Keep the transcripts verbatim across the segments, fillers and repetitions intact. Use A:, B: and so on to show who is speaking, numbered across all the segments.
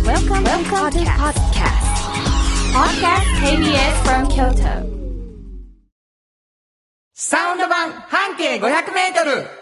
A: Welcome, Welcome to podcast. Podcast ケービーエス from Kyoto.
B: サウンド版半径ごひゃくメートル。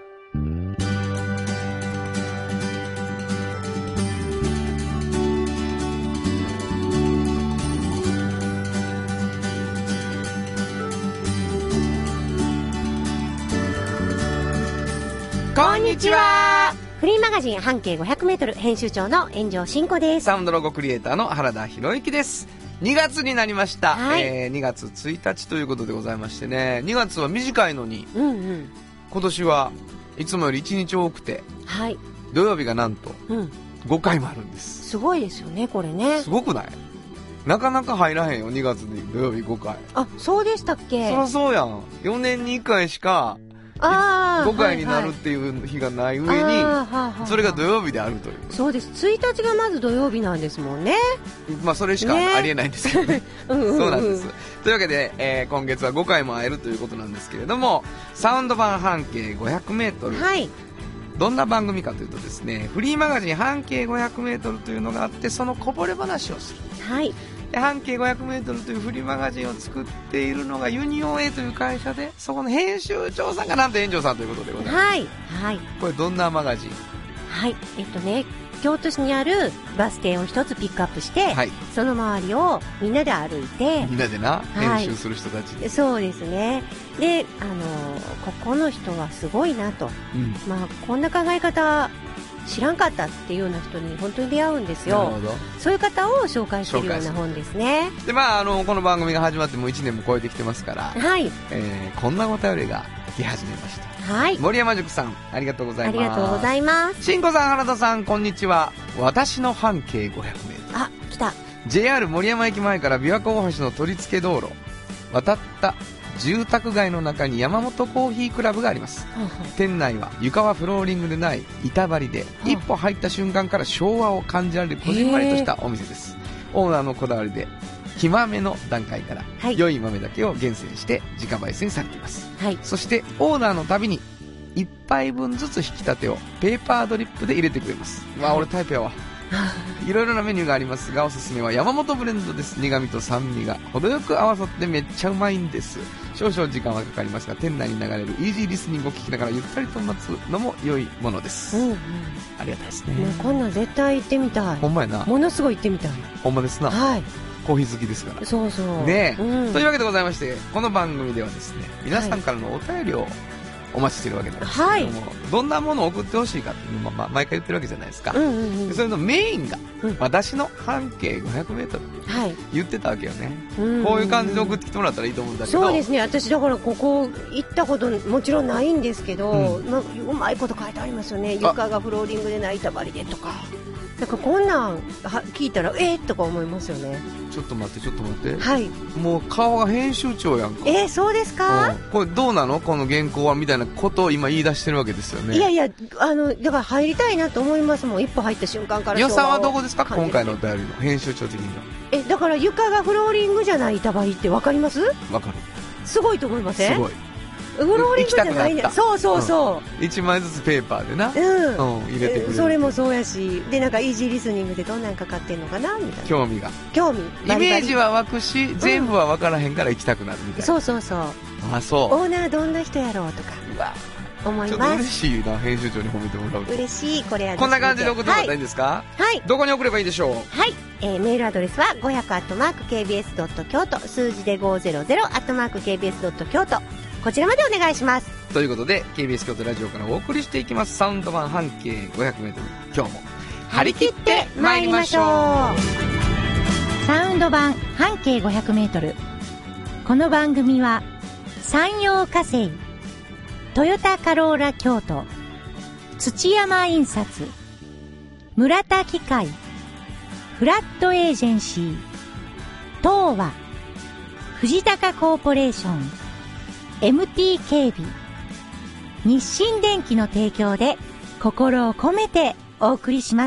B: こんにちは。
C: フリーマガジン半径ごひゃくメートル編集長の炎上真子です。
B: サウンドロゴクリエイターの原田博之です。にがつになりました、
C: はい、
B: えー、にがつついたちということでございましてね、にがつは短いのに、
C: うんうん、
B: 今年はいつもよりいちにち多くて、
C: はい、
B: 土曜日がなんとごかいもあるんです、
C: うん、すごいですよねこれね。
B: すごくない？なかなか入らへんよ、にがつに土曜日ごかい。
C: あ、そうでしたっけ？
B: そりゃそうやん。よねんにいっかいしか
C: あ
B: ごかいになるっていう日がない上に、はいはい、それが土曜日であるという。
C: そうです。ついたちがまず土曜日なんですもんね。
B: まあそれしかありえないんですけどね。うんうん、うん、そうなんです。というわけで、えー、今月はごかいも会えるということなんですけれども、サウンド版半径ごひゃくメートル、
C: はい、
B: どんな番組かというとですね、フリーマガジン半径ごひゃくメートルというのがあって、そのこぼれ話をする。
C: はい。
B: で、半径ごひゃくメートルというフリーマガジンを作っているのがユニオン A という会社で、そこの編集長さんがなんと炎上さんということでございます。
C: はい。はい。
B: これどんなマガジン？
C: はい。えっとね、京都市にあるバス停を一つピックアップして、はい、その周りをみんなで歩いて、
B: みんなでな、
C: はい、
B: 編集する人たちで。
C: そうですね。で、あのここの人はすごいなと、うん、まあこんな考え方知らんかったっていうような人に本当に出会うんですよ。
B: なるほど。
C: そういう方を紹介しているような本ですね。
B: で、まあ、あのこの番組が始まってもういちねんも超えてきてますから、はい、えー、こんなお便りが来始めました。はい。森山塾さん、ありがとうございます。
C: ありがとうございます。
B: しんこさん、原田さん、こんにちは。私の半径ごひゃくメートル。
C: あ、来た。
B: ジェイアール 森山駅前から琵琶湖大橋の取り付け道路渡った住宅街の中に山本コーヒークラブがあります。はあはあ、店内は床はフローリングでない板張りで、はあ、一歩入った瞬間から昭和を感じられるこじんまりとしたお店です。オーナーのこだわりで木豆の段階から、はい、良い豆だけを厳選して自家焙煎されています。はい、そしてオーナーのたびにいっぱいぶんずつ引き立てをペーパードリップで入れてくれます。わあ、俺タイプやわ。いろいろなメニューがありますが、おすすめは山本ブレンドです。苦味と酸味が程よく合わさってめっちゃうまいんです。少々時間はかかりますが、店内に流れるイージーリスニングを聞きながらゆったりと待つのも良いものです。うんうん、ありがたいですね。
C: もうこんなん絶対行ってみたい。
B: ほんまやな。
C: ものすごい行ってみたい。
B: ほんまですな。はい。コーヒー好きですから。
C: そうそう。
B: ねえ、うん。というわけでございまして、この番組ではですね、皆さんからのお便りをお待ちしているわけなんですけれども、はい、どんなものを送ってほしいかっていうのを、まあ、毎回言ってるわけじゃないですか。うんうんうん、それのメインが、うん、私の半径ごひゃくメートル、はい、言ってたわけよね、うんうんうん。こういう感じで送ってきてもらったらいいと思うんだけど。
C: そうですね。私だからここ行ったこともちろんないんですけど、うんまあ、うまいこと書いてありますよね。床がフローリングでない板張りでとか。なんかこんなん聞いたらえー、とか思いますよね。
B: ちょっと待ってちょっと待って、はい、もう顔が編集長やんか。
C: えー、そうですか、うん、
B: これどうなのこの原稿はみたいなことを今言い出してるわけですよね。
C: いやいや、あのだから入りたいなと思いますもん。一歩入った瞬間から。
B: 予算はどこですか今回のお便りの編集長的には。
C: えだから床がフローリングじゃない板張りって分かります？
B: 分かる。
C: すごいと思いません？
B: すごい。
C: フローリングじゃないね。そうそうそう、
B: うん、いちまいずつペーパーでな、
C: うん
B: うん、入れてくれる。
C: それもそうやし、でなんかイージーリスニングでどんなんかかってんのかなみたいな
B: 興味が
C: 興味
B: イメージは湧くし、全部は分からへんから行きたくなるみたいな、
C: うん、そうそうそう。
B: あ、そう。
C: オーナーどんな人やろうとかうわ思います。ちょっと
B: 嬉しいな、編集長に褒めてもらうと。
C: 嬉しい。これは
B: こんな感じで送ってもらったらいいんですか？はい、どこに送ればいいでしょう？
C: はい、えー、メールアドレスは ごひゃく アットマーク ケービーエス ドット 京都、数字で ごひゃく アットマーク ケービーエス ドット 京都、こちらまでお願いします。
B: ということで ケービーエス 京都ラジオからお送りしていきますサウンド版半径ごひゃくメートル、今日も張り切って参りましょう。
D: サウンド版半径ごひゃくメートル、この番組は山陽火星、トヨタカローラ京都、土山印刷、村田機械、フラットエージェンシー、東和、藤高コーポレーション、エムティー 警備、日清電機の提供で心を込めてお送りします。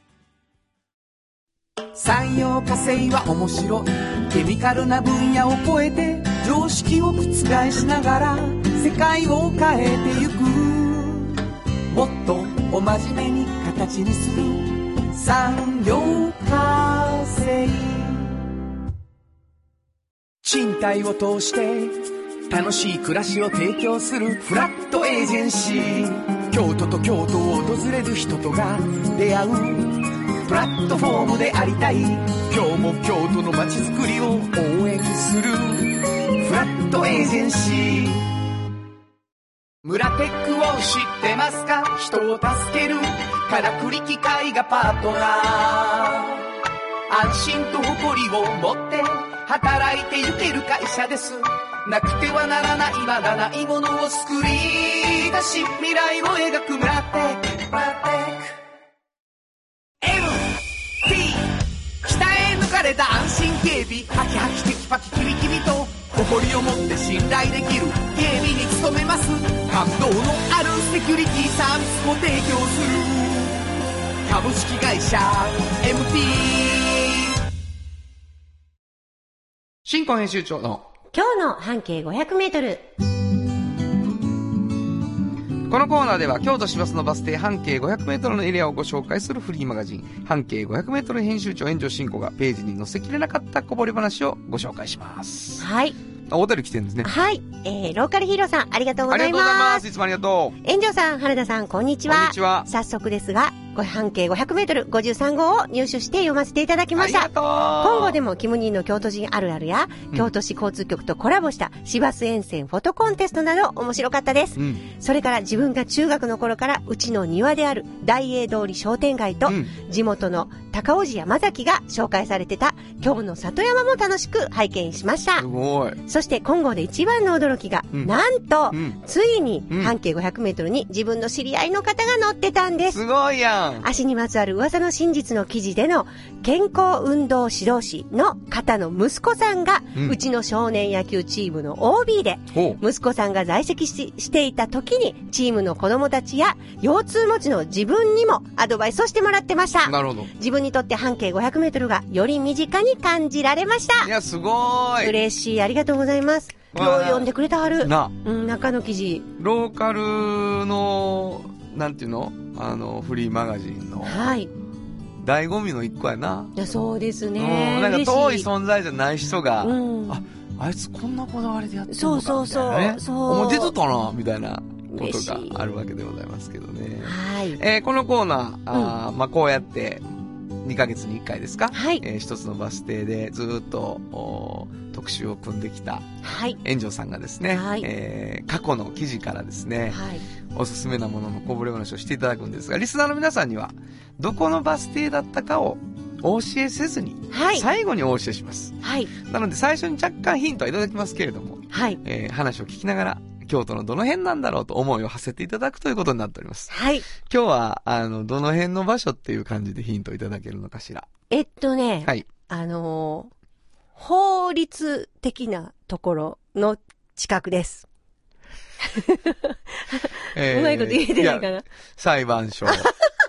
E: 産業化成は面白いケミカルな分野を超えて常識を覆しながら世界を変えてゆく、もっとお真面目に形にする産業化成。賃貸を通して楽しい暮らしを提供するフラットエージェンシー。京都と京都を訪れる人とが出会うプラットフォームでありたい。今日も京都の街づくりを応援するフラットエージェンシー。村テックを知ってますか？人を助けるからくり機械がパートナー。安心と誇りを持って働いてゆける会社です。なくてはならないまだないものを作り出し未来を描く村テック。村テック エムティー 鍛え抜かれた安心警備、ハキハキテキパキキビキビと誇りを持って信頼できる警備に努めます。感動のあるセキュリティサービスを提供する株式会社 エムティー。
B: 新婚編集長の
C: 今日の半径ごひゃくメートル。
B: このコーナーでは京都市バスのバス停半径ごひゃくメートルのエリアをご紹介するフリーマガジン半径ごひゃくメートル編集長炎上真子がページに載せきれなかったこぼれ話をご紹介します。
C: はい。
B: あ、お便り来てるんですね。
C: はい。えー、ローカルヒーローさん、ありがとうございます。
B: ありがとうございます。いつもありがとう。
C: 炎上さん、原田さん、こんにちは。
B: こんにちは。
C: 早速ですが、半径ごひゃくメートルごじゅうさん号を入手して読ませていただきました。
B: ありがとう。
C: 今後でもキムニーの京都人あるあるや、うん、京都市交通局とコラボした市バス沿線フォトコンテストなど面白かったです、うん、それから自分が中学の頃からうちの庭である大栄通り商店街と、うん、地元の高尾路山崎が紹介されてた今日の里山も楽しく拝見しました。
B: すごい。
C: そして今号で一番の驚きが、うん、なんと、うん、ついに半径ごひゃくメートルに自分の知り合いの方が乗ってたんです。
B: すごいやん。
C: 足にまつわる噂の真実の記事での健康運動指導士の方の息子さんが、うん、うちの少年野球チームの オービー で、息子さんが在籍 し, していた時にチームの子供たちや腰痛持ちの自分にもアドバイスをしてもらってました。
B: なるほど。
C: 自分にとって半径ごひゃくメートルがより身近に感じられました。
B: いや、すごい。
C: 嬉しい。ありがとうございます。よう読んでくれたはるな、うん、中の記事。
B: ローカルのなんていうの、あのフリーマガジンの、
C: はい、
B: 醍醐味の一個やな。
C: いや、そうですね。
B: うん、なんか遠い存在じゃない人が、うん、あ、あいつこんなこだわりでやってるのかみたいな、ね、そうそうそうそう。お前出とったなみたいなことがあるわけでございますけどね。
C: はい。
B: えー、このコーナー、あ、うん、まあこうやってにかげつにいっかいですか、
C: はい、
B: えー、一つのバス停でずっと特集を組んできた、
C: はい、
B: 炎上さんがですね、
C: はい、
B: えー、過去の記事からですね、
C: はい、
B: おすすめなもののこぼれ話をしていただくんですが、リスナーの皆さんにはどこのバス停だったかをお教えせずに、はい、最後にお教えします、
C: はい、
B: なので最初に若干ヒントはいただきますけれども、
C: はい、
B: えー、話を聞きながら京都のどの辺なんだろうと思いを馳せていただくということになっております。
C: はい。
B: 今日は、あの、どの辺の場所っていう感じでヒントをいただけるのかしら。
C: えっとね、
B: はい。
C: あのー、法律的なところの近くです。えー、うまいこと言えてないかな。
B: 裁判所。
C: なんで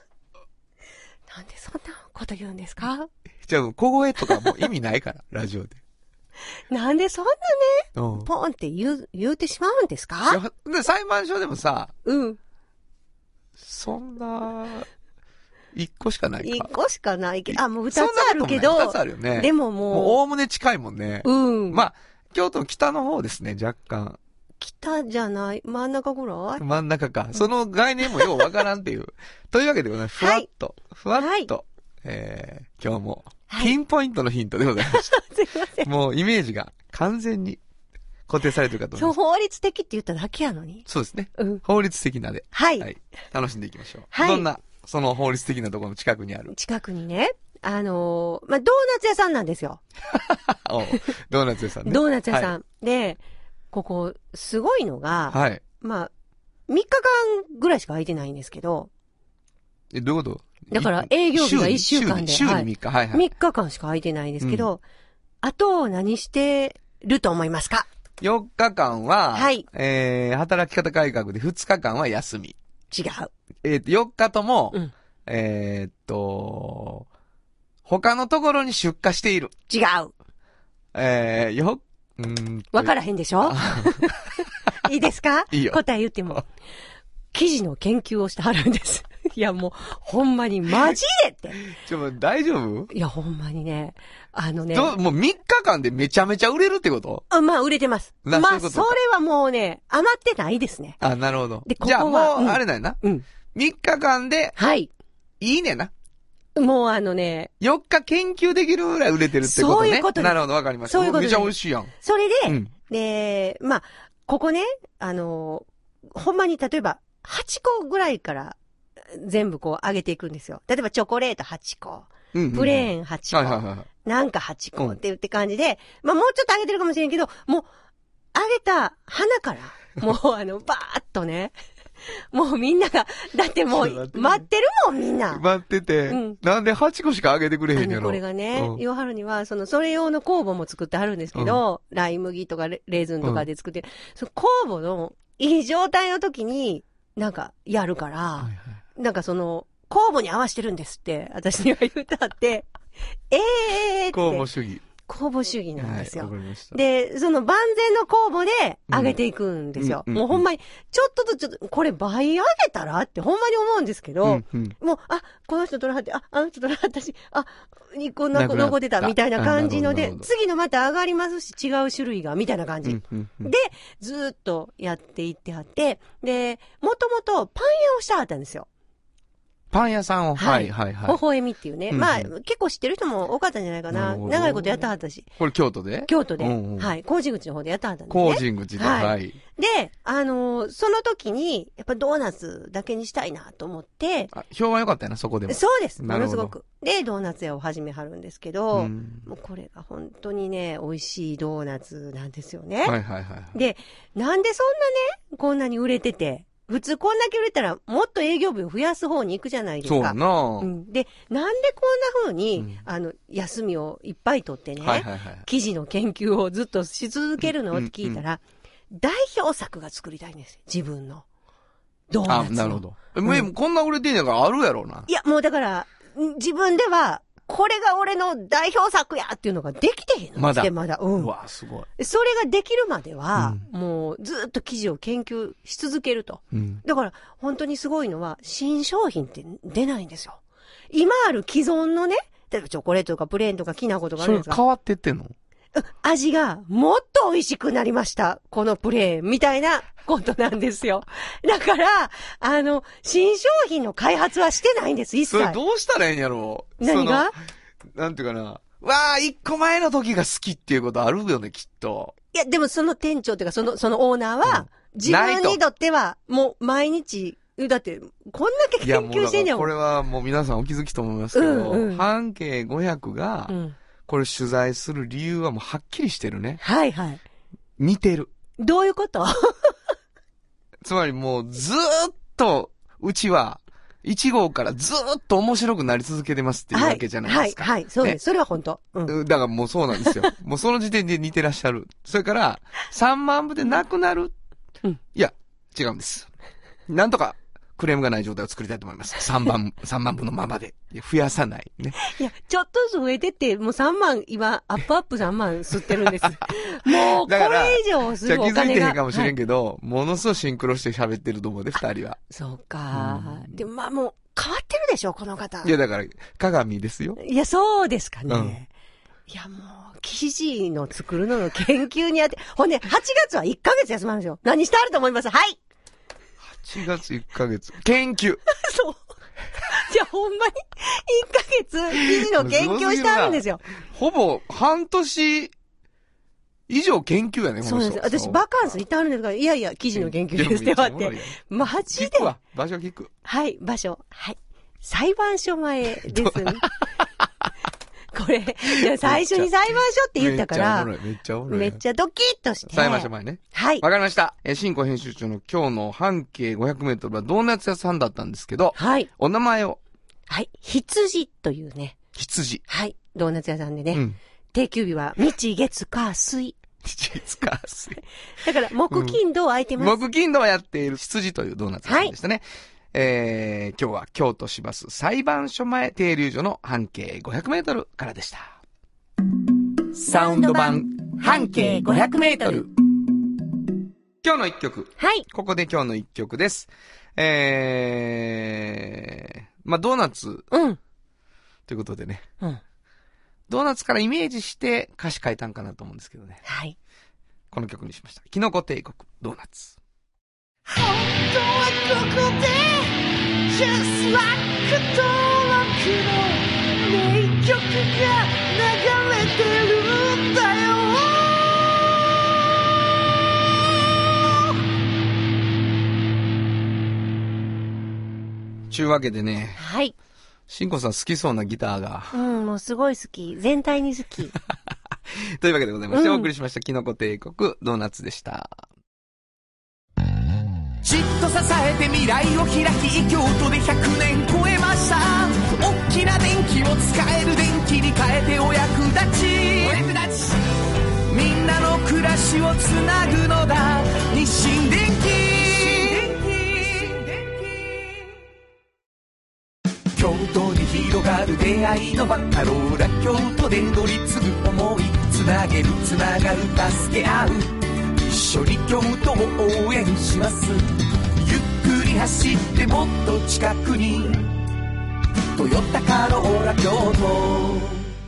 C: そんなこと言うんですか？
B: じゃあ、小声とかも意味ないから、ラジオで。
C: なんでそんなね、うん、ポンって言う、言うてしまうんですか？
B: で、裁判所でもさ、
C: うん。
B: そんな、一個しかないか。
C: 一個しかないけど、あ、もう二つあるけど、
B: 二つあるよね。
C: でももう、
B: もうおおむね近いもんね。
C: うん。
B: まあ、京都の北の方ですね、若干。
C: 北じゃない、真ん中ぐらい？
B: 真ん中か。その概念もようわからんっていう。というわけでございます。ふわっと、はい、ふわっと、はい、えー、今日も、ピンポイントのヒントでございました。
C: すいません。
B: もうイメージが完全に固定されてるかと思います。
C: そう、法律的って言っただけやのに。
B: そうですね。
C: うん。
B: 法律的なで。
C: はい。
B: はい。楽しんでいきましょう。
C: はい。
B: どんな、その法律的なところの近くにある？
C: 近くにね、あのー、まあ、ドーナツ屋さんなんですよ。
B: おドーナツ屋さんね。
C: ドーナツ屋さん。はい、で、ここ、すごいのが、
B: はい。
C: まあ、みっかかんぐらいしか空いてないんですけど、
B: え、どういうこと？
C: だから営業日がいっしゅうかんで。
B: 週に、週にみっか、はい、はいはい。
C: みっかかんしか空いてないんですけど、うん、あと何してると思いますか？
B: よっかかんは、
C: はい。
B: えー、働き方改革でふつかかんは休み。
C: 違う。
B: えっと、よっかとも、
C: うん、
B: えーっと、他のところに出荷している。
C: 違う。
B: えー、よ、うーん。
C: わからへんでしょ？いいですか？
B: いいよ。
C: 答え言っても。記事の研究をしてはるんです。 いやもう、ほんまに、マジでって。
B: ちょ、大丈夫？
C: いや、ほんまにね。あのね。
B: どもうみっかかんでめちゃめちゃ売れるってこと？
C: あ、まあ、売れてます。まあ、
B: そ,
C: それはもうね、余ってないですね。
B: あ、なるほど。
C: で、ここは
B: じゃあもう、あれだよな。
C: うん。
B: みっかかんで、
C: はい。
B: いいねな。
C: もうあのね。
B: よっか研究できるぐらい売れてるってことね。
C: そういうことです。
B: なるほど、わかりました。
C: そういうことです。
B: めちゃ美味しいやん。
C: それで、
B: うん、
C: で、まあ、ここね、あの、ほんまに例えば、はちこぐらいから全部こう上げていくんですよ。例えばチョコレートはちこ、うんうんうん、プレーンはちこ、はいはいはい、なんかはちこって言って感じで、うん、まあもうちょっと上げてるかもしれんけど、もう、上げた花から、もうあの、バーっとね、もうみんなが、だってもう、待ってるもんみんな。
B: 待ってて、うん、なんではちこしかあげてくれへんやろ。
C: これがね、ヨハルには、その、それ用の酵母も作ってあるんですけど、うん、ライ麦とかレーズンとかで作ってる、うん、その酵母のいい状態の時に、なんか、やるから、はいはい、なんかその、酵母に合わせてるんですって、私には言うたって、ええーって。
B: 酵母主義。
C: 酵母主義なんですよ。
B: はい、わかりました。
C: で、その万全の酵母で上げていくんですよ。うん、もうほんまに、ちょっとずつちょっと、これ倍上げたらってほんまに思うんですけど、うんうん、もう、あ、この人取らはって、あ、あの人取らはったし、あ、一個残ってたみたいな感じので、次のまた上がりますし、違う種類が、みたいな感じ。うんうんうん、で、ずーっとやっていってはって、で、もともとパン屋をしてはったんですよ。
B: パン屋さんを、はい、はい、はい。
C: 微笑みっていうね。うんうん、まあ、結構知ってる人も多かったんじゃないかな。長いことやってはったし。
B: これ京都で？
C: 京都で。
B: うんうん、
C: はい。麹口の方でやってはったんですね。
B: 麹口で、はい。はい。
C: で、あのー、その時に、やっぱドーナツだけにしたいなと思って。
B: あ、評判良かったよな、そこでも。
C: そうです。ものすごく。で、ドーナツ屋を始めはるんですけど、うん、もうこれが本当にね、美味しいドーナツなんですよね。
B: はいはいはい。
C: で、なんでそんなね、こんなに売れてて、普通こんだけ売れたらもっと営業部を増やす方に行くじゃないですか。
B: そうな、
C: うん、で、なんでこんな風に、うん、あの、休みをいっぱい取ってね、はいはいはい、記事の研究をずっとし続けるのって聞いたら、うんうん、代表作が作りたいんですよ。自分の。ドーナツの。
B: あ、なるほど。うん、もうこんな売れてんやからあるやろうな。
C: いや、もうだから、自分では、これが俺の代表作やっていうのができてへんの
B: まだ。
C: まだ。うん。
B: うわ、すごい。
C: それができるまでは、うん、もうずっと記事を研究し続けると。うん、だから、本当にすごいのは、新商品って出ないんですよ。今ある既存のね、例えばチョコレートとかプレーンとかきな粉とかあるんですか？
B: それ変わってってんの？
C: 味がもっと美味しくなりました。このプレーンみたいなことなんですよ。だから、あの、新商品の開発はしてないんです、一切。
B: それどうしたらええんやろう？
C: 何が？
B: なんていうかな。わあ、一個前の時が好きっていうことあるよね、きっと。
C: いや、でもその店長っていうか、その、そのオーナーは、うん、自分にとっては、もう毎日、だって、こんだけ研究してんねんもん。
B: これはもう皆さんお気づきと思いますけど、うんうん、半径ごひゃくが、うんこれ取材する理由はもうはっきりしてるね。
C: はいはい。
B: 似てる。
C: どういうこと
B: つまりもうずーっと、うちはいち号からずーっと面白くなり続けてますっていうわけじゃないですか。
C: はい、はい、はい、そうです。それは本当。
B: うん。だからもうそうなんですよ。もうその時点で似てらっしゃる。それから、さんまん部でなくなる。うん。いや、違うんです。なんとか、クレームがない状態を作りたいと思います。さんばん、さんまん部のままで。増やさないね。
C: いや、ちょっとずつ増えてって、もうさんまん、今、アップアップさんまん吸ってるんです。もう、これ以上するお金が。
B: じゃあ気づいてへんかもしれんけど、はい、ものすごいシンクロして喋ってると思うで、二人は。
C: そうか、うん。でもまあもう、変わってるでしょ、この方。
B: いや、だから、鏡ですよ。
C: いや、そうですかね。うん、いや、もう、記事の作るのの研究にあって、ほんで、はちがつはいっかげつ休まるんですよ。何してあると思います？はい
B: はちがついっかげつ。研究。
C: そう。じゃあほんまにいっかげつ記事の研究してあるんですよ。
B: ほぼ半年以上研究やね、
C: そうです。私バカンス行ってあるんですから、いやいや、記事の研究ですって言われて。マジで。
B: 聞くわ。場所聞く。
C: はい、場所。はい。裁判所前ですね。これ、最初に裁判所って言ったから、
B: めっちゃおもろい。
C: めっちゃドキッとして。
B: 裁判所前ね。
C: はい。
B: わかりました。え、新庫編集長の今日の半径ごひゃくメートルはドーナツ屋さんだったんですけど、
C: はい。
B: お名前を。
C: はい。羊というね。
B: 羊。
C: はい。ドーナツ屋さんでね。うん。定休日は日月火水。
B: 日月火水。
C: だから、木金土空いてます。
B: うん、木金土はやっている羊というドーナツ屋さんでしたね。はい。えー、今日は京都市バス裁判所前停留所の半径ごひゃくメートルからでした。サウンド版半径ごひゃくメートル。 今日の一曲。
C: はい。
B: ここで今日の一曲です。えー、まあ、ドーナツ。
C: うん。
B: ということでね。
C: うん。
B: ドーナツからイメージして歌詞書いたんかなと思うんですけどね。
C: はい。
B: この曲にしました。キノコ帝国、ドーナツ。
E: 本当はここで Just like 登録の名曲が流れてるんだよ。
B: ちゅうわけでね。
C: はい。
B: しんこさん好きそうなギターが。
C: うん、もうすごい好き。全体に好き。
B: というわけでございまして、うん、お送りしましたキノコ帝国ドーナツでした。
E: じっと支えて未来を開き、京都でひゃくねん超えました。大きな電気を使える電気に変えてお役立ち、お役立ち、みんなの暮らしをつなぐのだ、日清電気。京都に広がる出会いの場、カローラ京都で乗り継ぐ思い、つなげるつながる助け合う、一緒に京都を応援します。ゆっくり走ってもっと近くに、トヨタカローラ京都。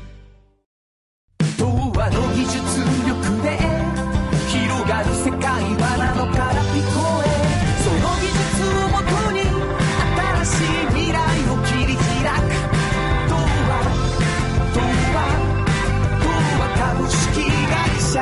E: 東和の技術力で広がる世界はなのから聞こえ、その技術をもとに新しい未来を切り開く。東和東和東和株式会社。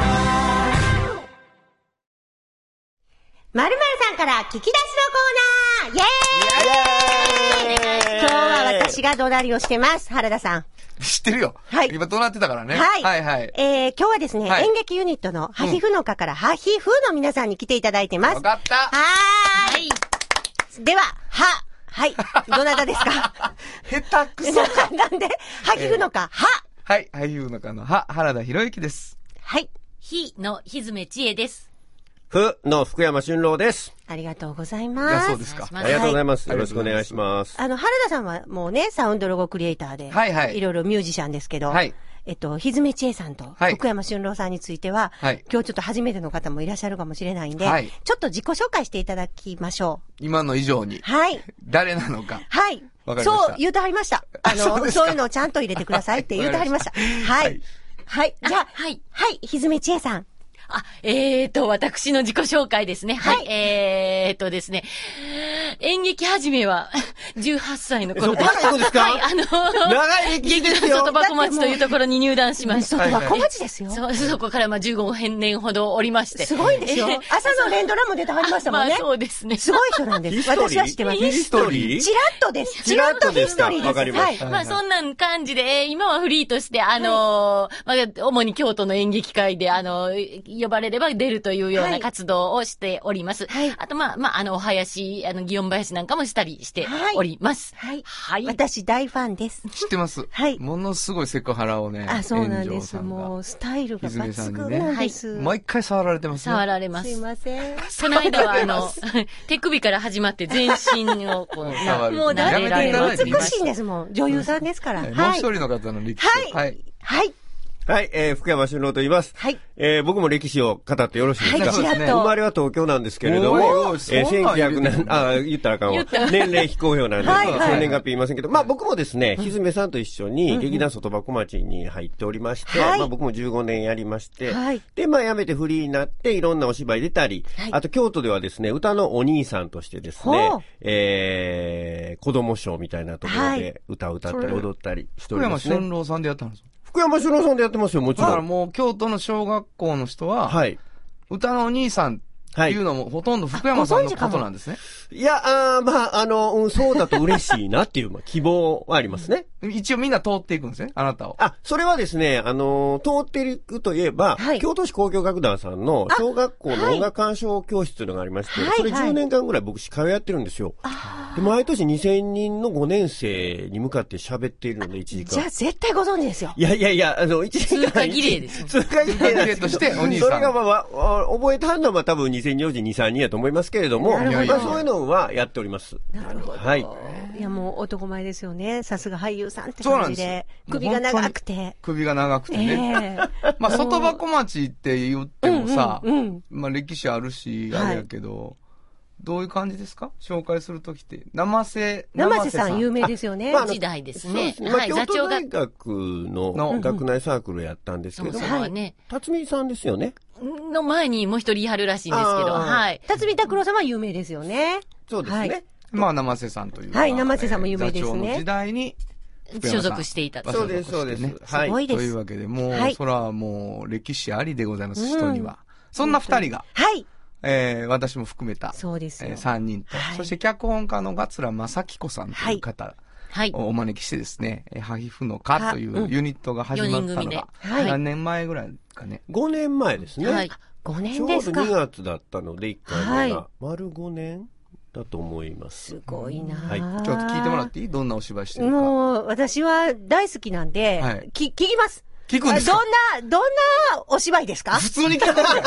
C: まるまるさんから聞き出しのコーナー、イエーイ。今日は私が怒鳴りをしてます。原田さん。
B: 知ってるよ。
C: はい。
B: 今怒鳴ってたからね。
C: はい。
B: はいはい。
C: えー、今日はですね、はい、演劇ユニットのハヒフノカからハヒフの皆さんに来ていただいてます。
B: わかった。
C: はーい。では、は、はい。どなたですか？
B: 下手くそか。
C: なんで、ハヒフノカ、は。
B: はい。ハヒフノカのは、原田博之です。
C: はい。
F: ひのひずめちえです。
G: ふの福山俊郎です。
C: ありがとうございます。
B: いや、そうですか。
G: ありがとうございます。よろしくお願いします。
C: あの、原田さんはもうね、サウンドロゴクリエイターで、はいはい。いろいろミュージシャンですけど、はい。えっと、ひずめちえさんと福山俊郎さんについては、はい。今日ちょっと初めての方もいらっしゃるかもしれないんで、はい。ちょっと自己紹介していただきましょう。
B: 今の以上に。
C: はい。
B: 誰なのか。
C: はい。
B: わかりました。
C: そう、言うてはりました。あの、そう, そういうのをちゃんと入れてくださいって言うてはりました。はい。はい。はい。じゃあ、はい。はい。ひずめちえさん。
F: あ、えーと、私の自己紹介ですね。はい。はい、えーとですね、演劇始めは、じゅうはっさいの頃で。
G: そうですか？
F: はい、あのー、
G: 長い歴史ですよ。
F: 外箱町というところに入団しました。
C: 外箱町ですよ。
F: そう、そこからまあじゅうごねんほどおりまして。
C: すごいですよ。朝の連ドラも出てはりましたもんね。
F: まあそうですね。
C: すごい人なんです。私は知ってます。
G: ヒストリー？
C: チラッとです。チラッとヒストリーです。
G: わかりま
F: した。はい。まあそんな感じで、今はフリーとして、あのー、まあ主に京都の演劇界で、あのー、呼ばれれば出るというような活動をしております。はい。あと、まあ、まあ、あの、お囃子、あの、祇園囃子なんかもしたりしております。
C: はい。はい。私大ファンです。
B: 知ってます。はい。ものすごいセクハラをね。
C: あ、そうなんです。もう、スタイルが抜群なんです。
B: 毎回触られてますね。
F: 触られます。
C: すいません。
F: その間は、あの、手首から始まって全身をこう、
C: もうだって美しいんですもん。女優さんですから。はい。
B: もう一人の方の歴史。
C: はい。はい。
G: はい、えー、福山俊郎と言います。はい。えー、僕も歴史を語ってよろしいですか？
C: はい、ちらっと。
G: 生まれは東京なんですけれども、えー、せんきゅうひゃくねん、あ、言ったらあかんわ。年齢非公表なんで、はいはい、生年月日言いませんけど、まあ僕もですね、ひずめさんと一緒に劇団外箱町に入っておりまして、はい、まあ僕もじゅうごねんやりまして、はい、で、まあ辞めてフリーになって、いろんなお芝居出たり、はい、あと京都ではですね、歌のお兄さんとしてですね、えー、子供賞みたいなところで歌を歌ったり踊ったりしておりますね。
B: 福山俊郎さんでやったんですか？
G: 福山俊郎さんでやってますよ、もちろん。
B: だからもう京都の小学校の人は、はい。歌のお兄さんっていうのもほとんど福山さんのことなんですね。
G: いや、あまあ、あの、うん、そうだと嬉しいなっていう、まあ、希望はありますね。
B: 一応みんな通っていくんですね、あなたを。
G: あ、それはですね、あの、通っていくといえば、はい、京都市交響楽団さんの小学校の音楽鑑賞教室というのがありまして、はい、それじゅうねんかんぐらい僕司会をやってるんですよ。はい、で毎年にせんにんのごねん生に向かって喋っているので、いちじかん。
C: じゃあ絶対ご存知ですよ。
G: いやいやいや、あの、いちじかん。
F: 通過儀礼ですよ。
G: 通過儀礼
B: としてお兄さん。
G: それがまあ、覚えたのはまあ多分にせんよんじに、さんにんやと思いますけれども、まあそういうのはやっております。
C: なるほど。
G: はい。
C: いや、もう男前ですよね。さすが俳優さんって感じで。首が長くて。
B: 首が長くてね。えー、まあ、外箱町って言ってもさ、うんうんうん、まあ、歴史あるし、あれやけど、はい、どういう感じですか？紹介するときって。生瀬、
C: 生瀬さん有名ですよね。
F: まあ、時代ですね。
G: そうですね。まあ、京都大学の学内サークルやったんですけども、はい。辰巳さんですよね。
F: の前にもう一人いはるらしいんですけど、はい。
C: 辰巳拓郎さんは有名ですよね。
G: そうですね。はい、
B: まあ、生瀬さんという。
C: はい、生瀬さんも有名ですね。
B: 座長の時代に、
F: 所属していた。
G: そうです、そうです。
C: はい。すごいです。
B: というわけで、もう、はい、それはもう、歴史ありでございます、人には。そんな二人が。
C: はい。
B: えー、私も含めた。
C: そうですよ。
B: えー、三人と、はい。そして脚本家の桂正彦さんという方。はい。をお招きしてですね、ハヒフのカというユニットが始まったのが、はい。何年前ぐらいかね。
G: ごねんまえですね。はい。
C: ごねんですか。
G: ちょうどにがつだったので、いっかいめが。はい。丸ごねんだと思います。
C: すごいな、
B: はい。ちょっと聞いてもらっていい？どんなお芝居してるか。
C: もう、私は大好きなんで、はい、き、聞きます。
B: 聞くんですか？
C: どんな、どんなお芝居ですか？
B: 普通に聞くんだよ。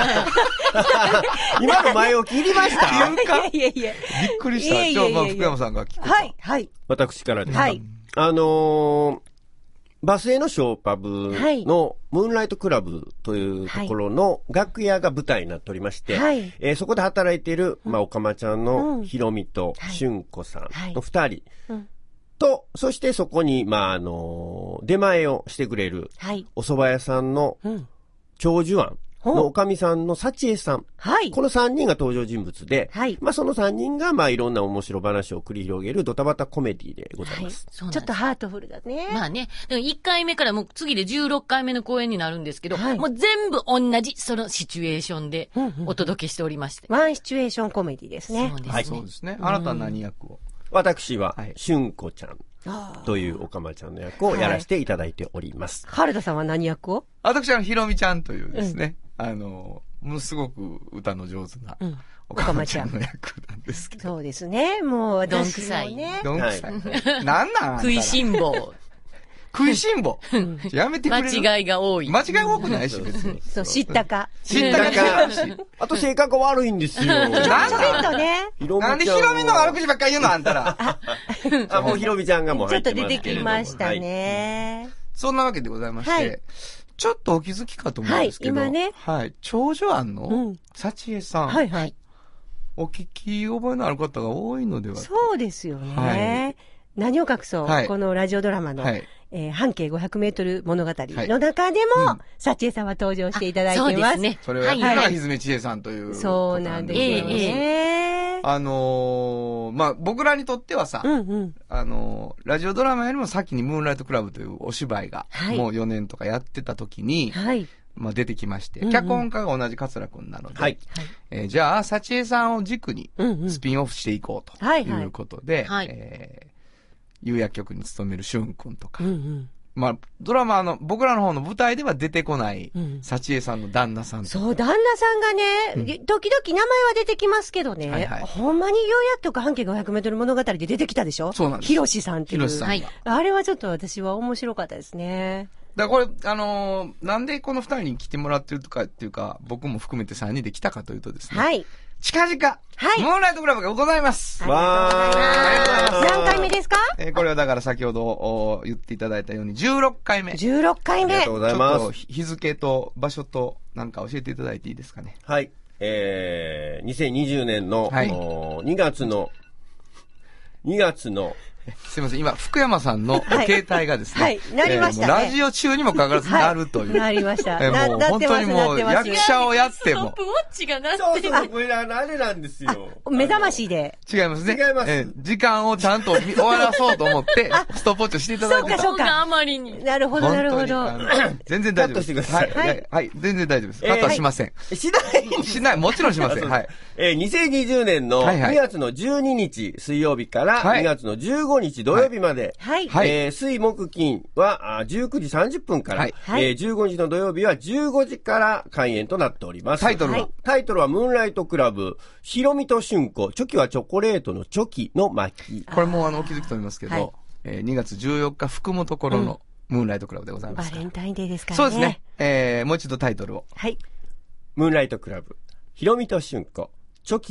G: 今の前置きいりました
B: 言うか？
C: いやいやいや。
B: びっくりした。じゃあ、まあ、福山さんが聞くか。
C: はい、はい。
G: 私からです。
C: はい。
G: あのー、バスへのショーパブのムーンライトクラブというところの楽屋が舞台になっておりまして、はい、えー、そこで働いている、まあ、おかまちゃんのひろみとしゅんこさんの二人と、そしてそこに、まあ、あのー、出前をしてくれる、お蕎麦屋さんの長寿庵のおかみさんの幸恵さん。はい。この三人が登場人物で、はい。まあその三人が、まあいろんな面白話を繰り広げるドタバタコメディでございます。
C: はい、ちょっとハートフルだね。
F: まあね。でもいっかいめからもう次でじゅうろっかいめの公演になるんですけど、はい、もう全部同じそのシチュエーションでお届けしておりまして。
C: ワンシチュエーションコメディですね。
F: そうですね。
B: はい、そうですね。あなたは何役を？
G: 私は、しゅんこちゃん。というおかまちゃんの役をやらせていただいております。
C: 原田さんは何役を？
B: 私はひろみちゃんというですね、うん、あの、ものすごく歌の上手な、おかまちゃんの役なんですけど。
C: そうですね。もう、
F: どんくさい。
B: どんくさい。なんなん
F: 食いしん坊。
B: 食いしん坊。やめてくれる。
F: 間違いが多い。
B: 間違い多くないし、別に。
C: そう、知ったか。
B: 知ったか。
G: あと性格悪いんですよ。なん
C: でね。
B: なんでひろみの悪口ばっかり言うのあんたら。
G: あ、もうひろみちゃんがもう入ってます。
C: ちょっと出てきましたね。
B: そんなわけでございまして、ちょっとお気づきかと思うんですけど。
C: はい、今ね。
B: はい。長女庵の幸恵さん。はいはい。お聞き覚えのある方が多いのでは。
C: そうですよね。何を隠そう、このラジオドラマの。えー、半径ごひゃくメートル物語の中でも、はい、うん、幸恵さんは登場していただいてます。そうですね。
B: それをやったのがひずめちえさんという。
C: そうなんですよね。
B: あのー、まあ、僕らにとってはさ、うんうん、あのー、ラジオドラマよりも先にムーンライトクラブというお芝居が、はい、もうよねんとかやってた時に、はい、まあ、出てきまして、うんうん、脚本家が同じ桂くんなので、はいえー、じゃあ、幸恵さんを軸にスピンオフしていこうということで、はいはいえー有薬局に勤めるしゅんくんとか、うんうん、まあ、ドラマの、僕らの方の舞台では出てこない、幸恵さんの旦那さんとか、
C: そう、旦那さんがね、うん、時々名前は出てきますけどね、はいはい、ほんまに有薬局半径ごひゃくメートル物語で出てきたでしょ？
B: そうなんです。
C: ひろしさんっていう。ひろ
B: しさんが。
C: あれはちょっと私は面白かったですね。
B: だからこれ、あのー、なんでこの二人に来てもらってるとかっていうか、僕も含めて三人で来たかというとですね。はい。近々、はい。ムーンライトクラブがございます。
C: わー。ありがとうございます。何回目ですか？
B: えー、これはだから先ほど言っていただいたようにじゅうろっかいめ。
C: じゅうろっかいめ。
G: ありがとうございます。
B: ちょっと日付と場所となんか教えていただいていいですかね。
G: はい。えー、にせんにじゅうねんの、はい、にがつの、にがつの、
B: すいません。今、福山さんの携帯がですね。
C: はい。なりましたね。
B: ラジオ中にもかかわらずなるという。
C: なりました。
B: えもう本当にもう役者をやっても。
F: ストップウォッチがなって
G: そうそう、これあれなんですよ。
C: 目覚ましで。
B: 違いますね。
G: 違います。
B: え時間をちゃんと終わらそうと思って、ストップウォッチをしていただいて。
C: そうか、そうか。
F: あまりに。
C: なるほど、なるほど。
B: 全然大丈夫です。カット
G: してください。
B: はい。はい。全然大丈夫です。カットはしません。
G: しない
B: しない。もちろんしません。はい。
G: えー、にせんにじゅうねんのにがつのじゅうににち水曜日からにがつのじゅうごにち土曜日まで、はい。えー、水木金はじゅうくじさんじゅっぷんから、はい。えー、じゅうごにちの土曜日はじゅうごじから開演となっております。
B: タイトルは、はい、
G: タイトルはムーンライトクラブ、ひろみとしゅんこ、チョキはチョコレートのチョキの巻。
B: これもうあの、お気づきと思いますけど、はい、えー、にがつじゅうよっか含むところのムーンライトクラブでございます。
C: バレンタインデーですからね。
B: そうですね。えー、もう一度タイトルを。
C: はい。
G: ムーンライトクラブ、ひろみとしゅんこ、チョキは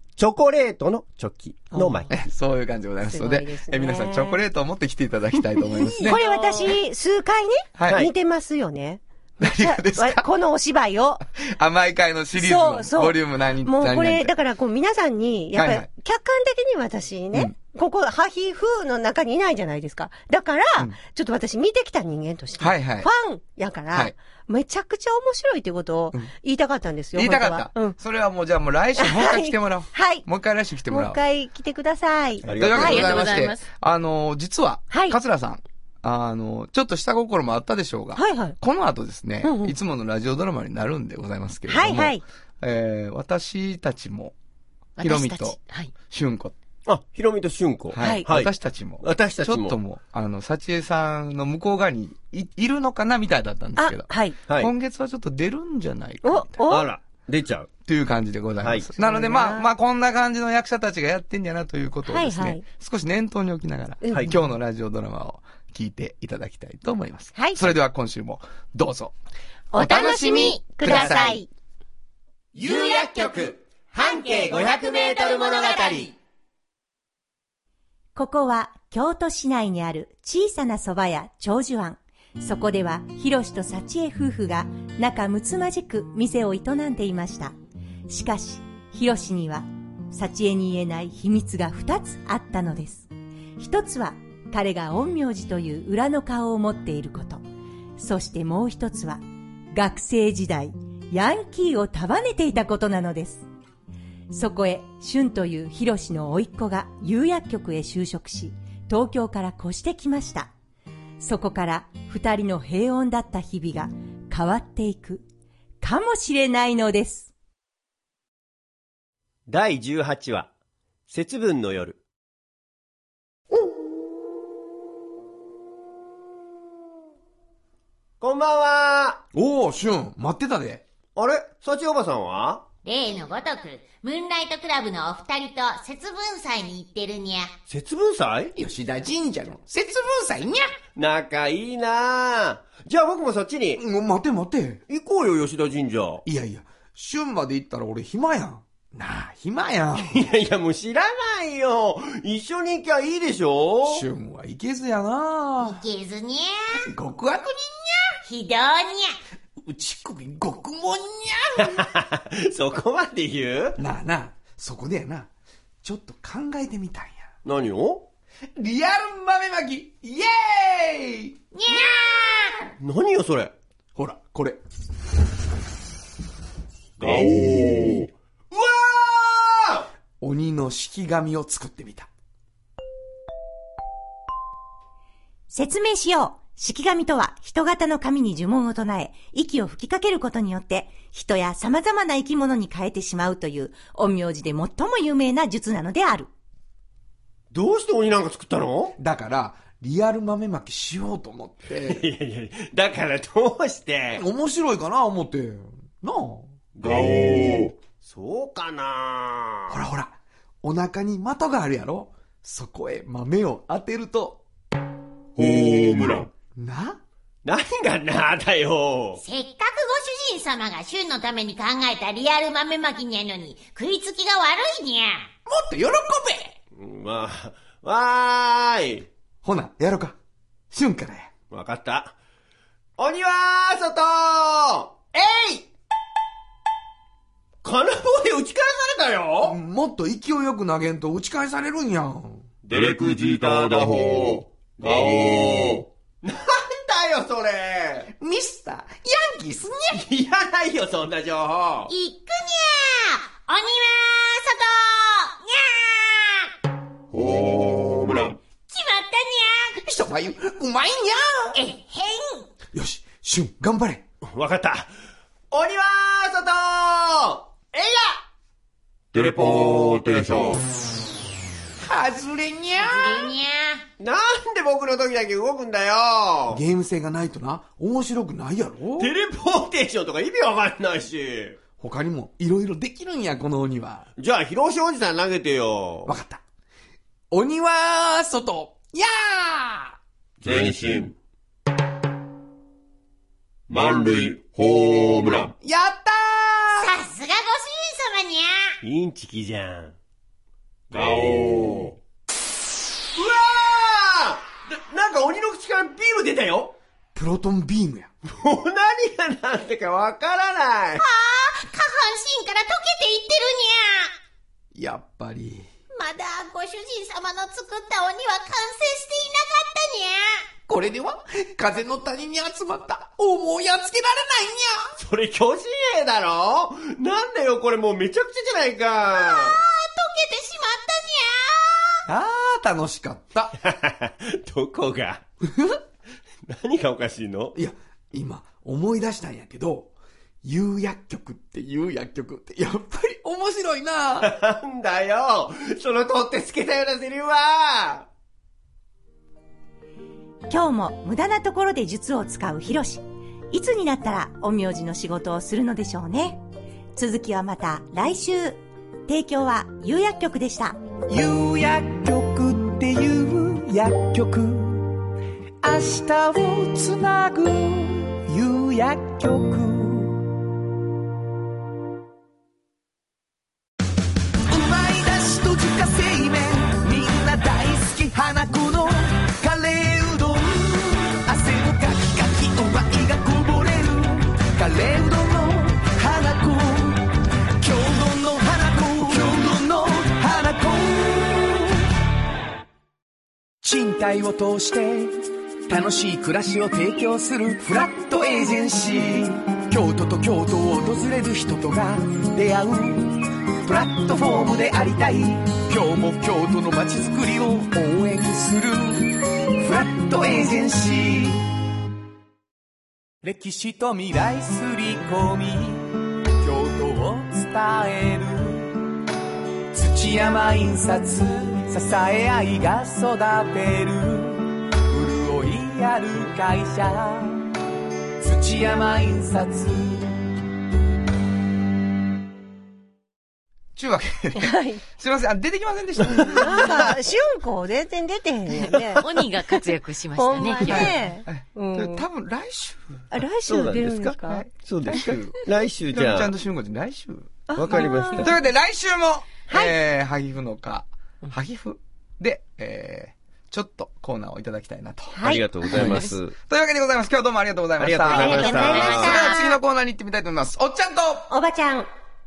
G: チョコレートのチョキの巻。
B: そういう感じでございますので、すね、え皆さんチョコレートを持ってきていただきたいと思いますね。
C: これ私、数回ね、はい、見てますよね。
B: 何がですか？
C: このお芝居を。
B: 甘い会のシリーズのそうそうボリューム何
C: もうこれ、だからこう皆さんに、やっぱり客観的に私ね、はいはい、ここ、ハヒフの中にいないじゃないですか。だから、うん、ちょっと私見てきた人間として、はいはい、ファンやから、はい、めちゃくちゃ面白いってことを言いたかったんですよ。
B: うん、言いたかった。うん。それはもうじゃあもう来週もう一回来てもらおう。はい。もう一回来週来てもらおう。
C: もう一回来てください。
B: ありがとうございまして、あの、実は、はい、桂さん、あの、ちょっと下心もあったでしょうが、はいはい、この後ですね、うんうん、いつものラジオドラマになるんでございますけれども、はいはい、えー、私たちも、ひろみと、しゅんこ。
G: あ、ひろみとしゅんこ。
B: はい。はい、私たちも。
G: 私たちも。
B: ちょっともう、あの、さちえさんの向こう側に い, いるのかなみたいだったんですけど、はい。今月はちょっと出るんじゃないかみたいな。
G: あら、出ちゃう。
B: という感じでございます。はい、なので、まあ、まあ、こんな感じの役者たちがやってんやなということをですね、はいはい、少し念頭に置きながら、はい、今日のラジオドラマを聞いていただきたいと思います。はい。それでは今週も、どうぞ。
A: お楽しみください。
E: 有薬局、半径ごひゃくメートル物語。
D: ここは京都市内にある小さな蕎麦屋長寿庵。そこではひろしと幸恵夫婦が仲睦まじく店を営んでいました。しかしひろしには幸恵に言えない秘密が二つあったのです。一つは彼が陰陽師という裏の顔を持っていること。そしてもう一つは学生時代ヤンキーを束ねていたことなのです。そこへ俊というヒロシの甥っ子が有薬局へ就職し、東京から越してきました。そこから二人の平穏だった日々が変わっていくかもしれないのです。
G: だいじゅうはちわ、節分の夜。こんばんは。
B: おー、俊、待ってたで。
G: あれ、幸おばさんは？
F: 例のごとく、ムーンライトクラブのお二人と節分祭に行ってるにゃ。
G: 節分祭？
E: 吉田神社の節分祭にゃ。
G: 仲いいな。じゃあ僕もそっちに。
B: もう待て待て。
G: 行こうよ、吉田神社。
B: いやいや、春まで行ったら俺暇やん。なあ、暇やん。
G: いやいや、もう知らないよ。一緒に行きゃいいでしょ。
B: 春は行けずやな。
F: 行けずにゃ。
E: 極悪人にゃ。
F: ひどにゃ。
E: うち首極もんに
G: ゃ。そこまで言う？
B: なあなあ、そこでやな、ちょっと考えてみたんや。
G: 何を？
E: リアル豆まき、イエーイ！に
G: ゃー！何よそれ？
B: ほら、これ。
G: ガオー！
E: うわー！
B: 鬼の式紙を作ってみた。
D: 説明しよう。式紙とは人型の紙に呪文を唱え、息を吹きかけることによって人や様々な生き物に変えてしまうという陰陽師で最も有名な術なのである。
G: どうして鬼なんか作ったの？
B: だからリアル豆まきしようと思って。
G: いやいや、だからどうして？
B: 面白いかな思って。なあ。
G: ガオー。そうかな。
B: ほらほら、お腹に的があるやろ。そこへ豆を当てると
G: ホームラン。
B: な？
G: 何がなだよ。
F: せっかくご主人様が旬のために考えたリアル豆まきにゃのに食いつきが悪いにゃ。も
E: っと喜べ。
G: まあ、わーい。
B: ほな、やろか。旬からや。
G: わかった。鬼は外。えい！金棒で打ち返されたよ。
B: もっと勢いよく投げんと打ち返されるんやん。
G: デレクジーターだほー。ガオー。なんだよそれ。
E: ミスターヤンキース
G: にゃ。いらないよそんな情報。
F: いくにゃー。鬼は外。にゃー。
G: ホームラン。
F: 決まったにゃー。
E: しょがゆうまいにゃー。
F: えへん。
B: よし、シュン頑張れ。
G: わかった。鬼は外。えいや。テレポーテーション。
E: 外れにゃ
F: ー。外れにゃ
G: ー。なんで僕の時だけ動くんだよ。
B: ゲーム性がないとな、面白くないやろ。
G: テレポーテーションとか意味わかんないし。
B: 他にもいろいろできるんや、この鬼は。
G: じゃあ、広しおじさん投げてよ。
B: わかった。鬼は外。や
G: ー。前進。満塁、ホームラン。
B: やった
F: ー。さすがご主人様にゃ。
G: インチキじゃん。 ガオー。うわー！な、なんか鬼の口からビーム出たよ。
B: プロトンビームや。
G: もう何がなんてかわからない。
F: ああ、下半身から溶けていってるにゃ。
B: やっぱり。
F: まだご主人様の作った鬼は完成していなかったにゃ。
E: これでは風の谷に集まった王もやっつけられないにゃ。
G: それ巨人兵だろ。なんだよこれもうめちゃくちゃじゃないか。
F: ああ、溶けてしまったにゃ。
B: あー、楽しかった。
G: どこが何がおかしいの？
B: いや、今思い出したんやけど、有薬局っていう薬局ってやっぱり面白いな。
G: なんだよその取ってつけたようなセリフは。
D: 今日も無駄なところで術を使うヒロシ。いつになったら陰陽師の仕事をするのでしょうね。続きはまた来週。提供は有薬局でした。
E: 有薬局っていう薬局、明日をつなぐ有薬局。花子のカレーうどん、汗のかきかきうまいがこぼれるカレーうどんの花子、郷土の花子、郷土の花子。賃貸を通して楽しい暮らしを提供するフラットエージェンシー、京都と京都を訪れる人とが出会うプラットフォームでありたい。今日も京都の街づくりを応援するフラットエージェンシー。歴史と未来すり込み京都を伝える土山印刷、支え合いが育てる潤いある会社土山印刷。
B: ちゅうわけで、
C: はい。
B: すいません、あ、出てきませんでした。
C: なんか、春子全然出てへんねんね。
F: 鬼が活躍しましたね。
C: ほんまね。うん。
B: 多分来週。
C: あ、来週出るんですか？
B: はい。
G: そうですか。来週じゃあ。
B: ちゃんと春子で来週。
G: わかりました。
B: というわけで来週も、はい、えー、ハギフのか、ハギフで、えー、ちょっとコーナーをいただきたいなと。
G: はい。ありがとうございます。
B: というわけでございます。今日はどうもありがとうございました。
G: ありがとうございました。
B: それでは次のコーナーに行ってみたいと思います。おっちゃんと
C: おばちゃん。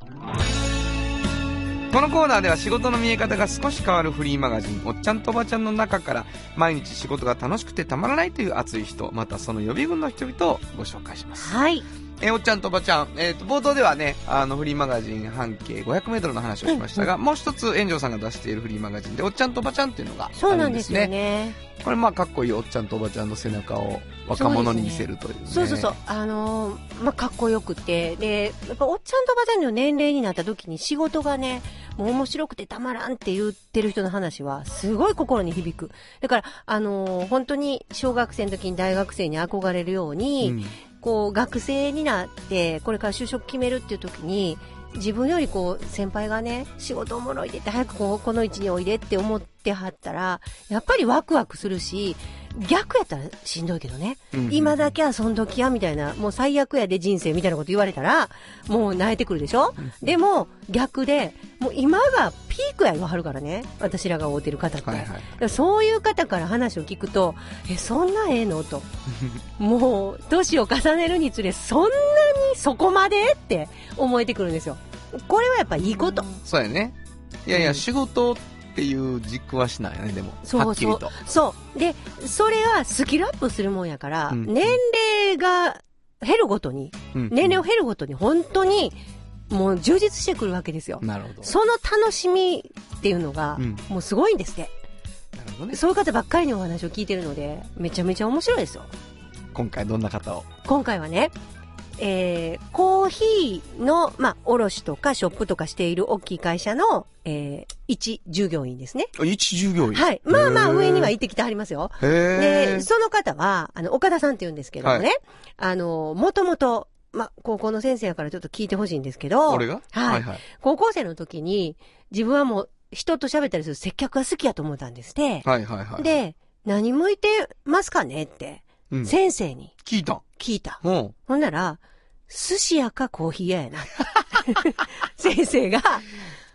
B: このコーナーでは仕事の見え方が少し変わるフリーマガジンおっちゃんとおばちゃんの中から毎日仕事が楽しくてたまらないという熱い人、またその予備軍の人々をご紹介します。
C: はい。
B: えー、おっちゃんとおばちゃん、えっと冒頭ではね、あのフリーマガジン半径ごひゃくメートルの話をしましたが、うんうん、もう一つ炎上さんが出しているフリーマガジンでおっちゃんとおばちゃんっていうのがあるんですね。そうなんですよね。これまあかっこいいおっちゃんとおばちゃんの背中を若者に見せるというね。
C: そうそうそう。あのー、まあかっこよくて、で、やっぱおっちゃんとおばちゃんの年齢になった時に仕事がね、もう面白くてたまらんって言ってる人の話はすごい心に響く。だから、あのー、本当に小学生の時に大学生に憧れるように、うん、こう学生になってこれから就職決めるっていう時に自分よりこう先輩がね仕事おもろいでって早くこうこの位置においでって思ってはったらやっぱりワクワクするし、逆やったらしんどいけどね、うん、今だけ遊んどきやみたいな、もう最悪やで人生みたいなこと言われたらもう泣いてくるでしょ、うん、でも逆でもう今がピークや言わはるからね、私らが会うてる方って、はいはい、そういう方から話を聞くとえそんなええのともう年を重ねるにつれそんなにそこまでって思えてくるんですよ。これはやっぱいいこと。
B: そうやね。いやいや、うん、仕事っていう軸はしないよね、でも。そうそう。はっきりと。
C: そう。で、それはスキルアップするもんやから、うん、年齢が減るごとに、うん、年齢を減るごとに本当にもう充実してくるわけですよ。なるほど。その楽しみっていうのが、うん、もうすごいんですね。なるほどね。そういう方ばっかりにお話を聞いてるので、めちゃめちゃ面白いですよ。
B: 今回どんな方を？
C: 今回はね、えー、コーヒーの、まあ、卸とかショップとかしている大きい会社の、えー、一従業員ですね。
B: 一従業員？
C: はい。まあまあ上には行ってきてはりますよ。で、その方は、あの、岡田さんって言うんですけどもね、はい、あの、もともと、まあ、高校の先生やからちょっと聞いてほしいんですけど、
B: 俺が？
C: はい。はいはい、高校生の時に、自分はもう人と喋ったりする接客が好きやと思ったんですって。
B: はいはいはい。
C: で、何向いてますかねって、うん、先生に。
B: 聞いた。
C: 聞いた。うん。ほんなら、寿司屋かコーヒー屋やな。先生が、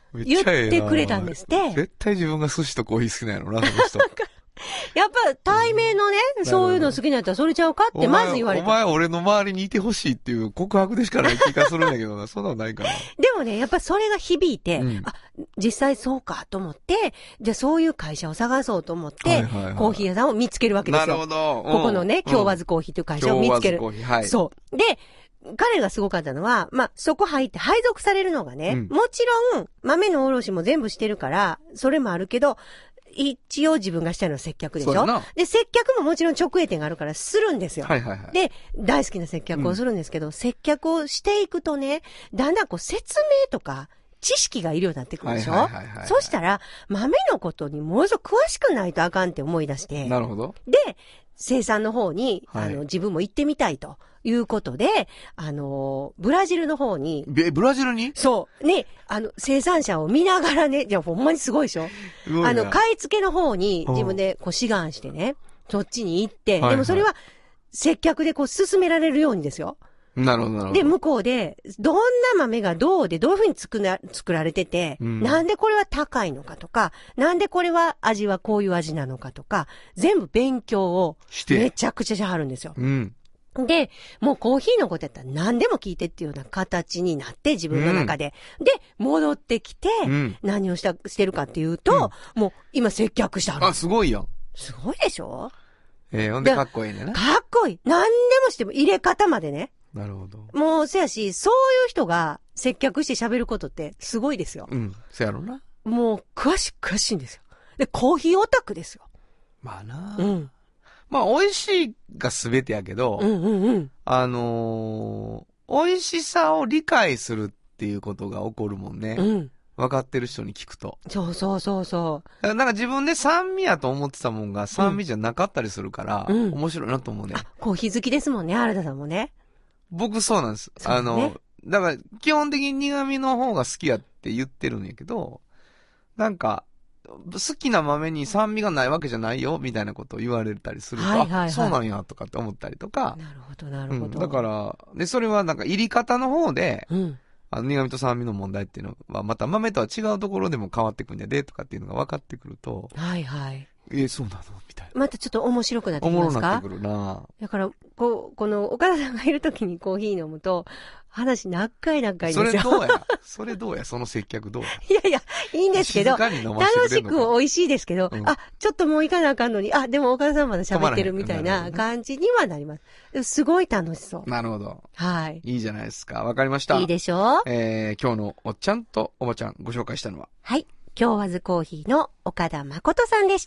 C: 言ってくれたんですって。
B: 絶対自分が寿司とコーヒー好きなんやろな、その人。
C: やっぱ対面のね、そういうの好きなやったらそれちゃうかってまず言われた。
B: お前、お前俺の周りにいてほしいっていう告白でしかない気がするんだけどな、そんなのないかな。
C: でもね、やっぱそれが響いて、
B: うん、
C: あ、実際そうかと思って、じゃあそういう会社を探そうと思って、はいはいはい、コーヒー屋さんを見つけるわけですよ。
B: なるほど。
C: ここのね、京和津コーヒーという会社を見つける。
B: 京和津コーヒー、はい。
C: そう。で、彼がすごかったのは、まあ、そこ入って配属されるのがね、うん、もちろん豆の卸も全部してるから、それもあるけど、一応自分がしたいのは接客でしょ。で、接客ももちろん直営店があるからするんですよ。はいはいはい。で、大好きな接客をするんですけど、うん、接客をしていくとね、だんだんこう説明とか、知識がいるようになってくるでしょ。はいはいはいはいはい、そしたら、豆のことにものすごく詳しくないとあかんって思い出して。
B: なるほど。
C: で、生産の方に、はい、あの、自分も行ってみたいということで、あの、ブラジルの方に。
B: え、ブラジルに？
C: そう。ね、あの、生産者を見ながらね、じゃあほんまにすごいでしょ？あの、買い付けの方に自分でこう志願してね、そっちに行って、はいはい、でもそれは接客でこう進められるようにですよ。
B: なるほど、なるほど。
C: で、向こうで、どんな豆がどうで、どういうふうに作ら、作られてて、うん、なんでこれは高いのかとか、なんでこれは味はこういう味なのかとか、全部勉強をめちゃくちゃしはるんですよ。うん、で、もうコーヒーのことやったら何でも聞いてっていうような形になって、自分の中で。うん、で、戻ってきて、うん、何をした、してるかっていうと、うん、もう今接客したの。
B: あ、すごいやん。
C: すごいでしょ？
B: えー、ほんでかっこいいね。
C: かっこいい。何でもしても入れ方までね。
B: なるほど。
C: もう、せやし、そういう人が接客して喋ることってすごいですよ。
B: うん。せやろな。
C: もう、詳しく詳しいんですよ。で、コーヒーオタクですよ。
B: まあな。
C: うん。
B: まあ、美味しいが全てやけど、
C: うんうんうん。
B: あのー、美味しさを理解するっていうことが起こるもんね。うん。分かってる人に聞くと。
C: そうそうそうそう。
B: なんか自分で酸味やと思ってたもんが酸味じゃなかったりするから、うん、面白いなと思うね。
C: あ、コーヒー好きですもんね、原田さんもね。
B: 僕そうなんです。
C: そうですね、
B: あの、だから基本的に苦味の方が好きやって言ってるんやけど、なんか、好きな豆に酸味がないわけじゃないよ、みたいなことを言われたりすると、はいはいはい、あ、そうなんや、とかって思ったりとか。
C: なるほど、なるほど、
B: うん。だから、で、それはなんか入り方の方で、
C: うん、
B: あの苦味と酸味の問題っていうのは、また豆とは違うところでも変わってくんやで、とかっていうのが分かってくると、
C: はいはい。
B: えー、そうなのみたいな。
C: またちょっと面白くなってきますか？
B: おもろなってくるな。
C: だから、こう、この岡田さんがいるときにコーヒー飲むと、話長い長いですよ。
B: それどうやそれどうやその接客どうや
C: いやいや、いいんですけど、楽しく美味しいですけど、うん、あ、ちょっともう行かなあかんのに、あ、でも岡田さんまだ喋ってるみたいな感じにはなります。すごい楽しそう。
B: なるほど。
C: はい。
B: いいじゃないですか。わかりました。
C: いいでしょう。
B: えー、今日のおっちゃんとおばちゃんご紹介したのは、
C: はい。京和津コーヒーの岡田誠さんでした。